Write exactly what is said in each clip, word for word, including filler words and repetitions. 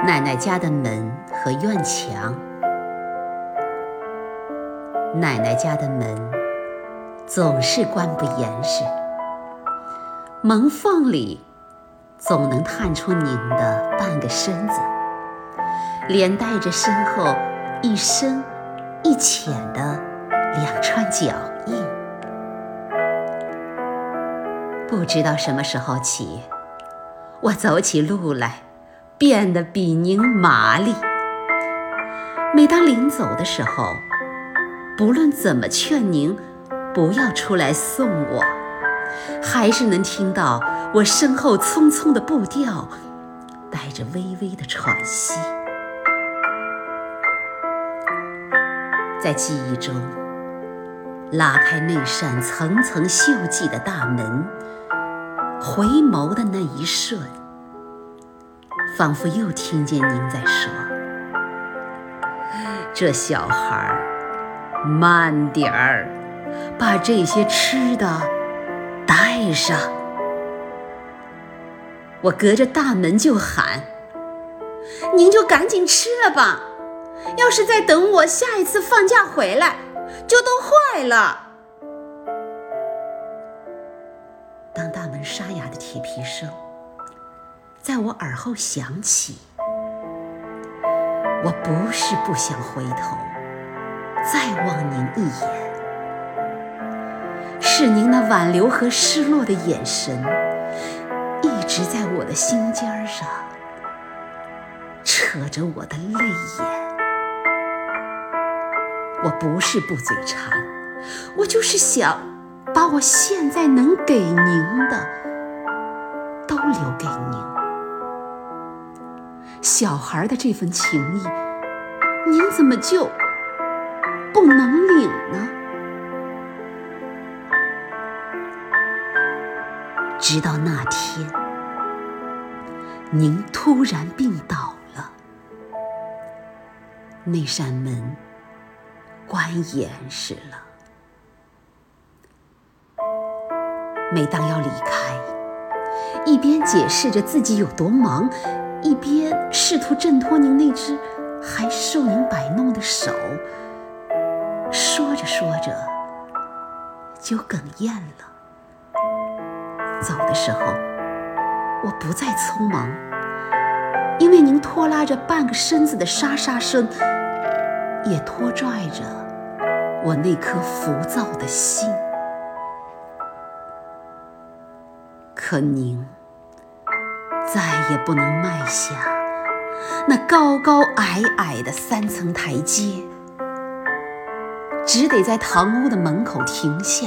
奶奶家的门和院墙，奶奶家的门总是关不严实，门缝里总能探出您的半个身子，连带着身后一深一浅的两串脚印。不知道什么时候起，我走起路来变得比您麻利。每当临走的时候，不论怎么劝您不要出来送我，还是能听到我身后匆匆的步调，带着微微的喘息。在记忆中，拉开那扇层层锈迹的大门，回眸的那一瞬，仿佛又听见您在说：这小孩慢点儿，把这些吃的带上。我隔着大门就喊：您就赶紧吃了吧，要是再等我下一次放假回来，就都坏了。当大门沙哑的铁皮声在我耳后响起，我不是不想回头再望您一眼，是您那挽留和失落的眼神一直在我的心尖上扯着我的泪眼。我不是不嘴馋，我就是想把我现在能给您的都留给您。小孩的这份情谊，您怎么就不能领呢？直到那天，您突然病倒了，那扇门关严实了。每当要离开，一边解释着自己有多忙，一边试图挣脱您那只还受您摆弄的手，说着说着就哽咽了。走的时候，我不再匆忙，因为您拖拉着半个身子的沙沙声，也拖拽着我那颗浮躁的心。可您再也不能迈下那高高矮矮的三层台阶，只得在堂屋的门口停下。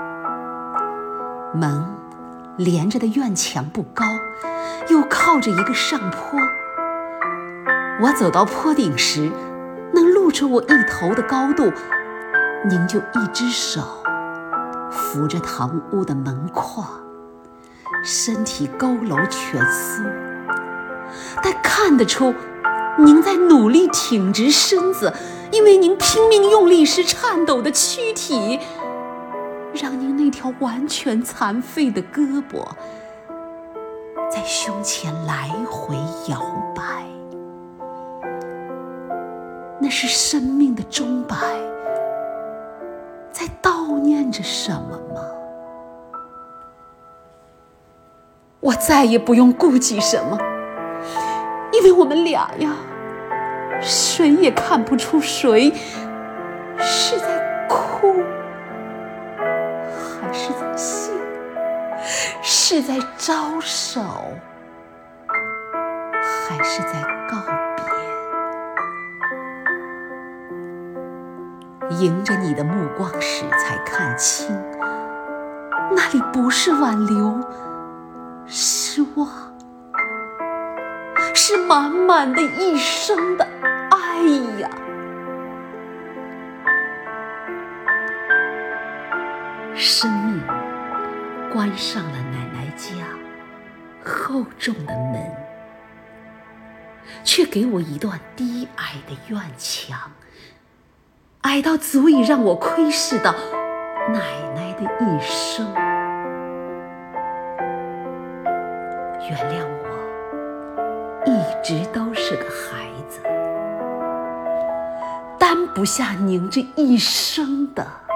门连着的院墙不高，又靠着一个上坡。我走到坡顶时，能露出我一头的高度，您就一只手扶着堂屋的门框，身体佝偻蜷缩，但看得出您在努力挺直身子，因为您拼命用力时颤抖的躯体，让您那条完全残废的胳膊在胸前来回摇摆。那是生命的钟摆在悼念着什么吗？我再也不用顾忌什么，因为我们俩呀，谁也看不出谁是在哭还是在笑，是在招手还是在告别。迎着你的目光时才看清，那里不是挽留，失望，是满满的一生的爱呀。生命关上了奶奶家厚重的门，却给我一段低矮的院墙，矮到足以让我窥视到奶奶的一生。原谅我一直都是是个孩子，担不下您这一生的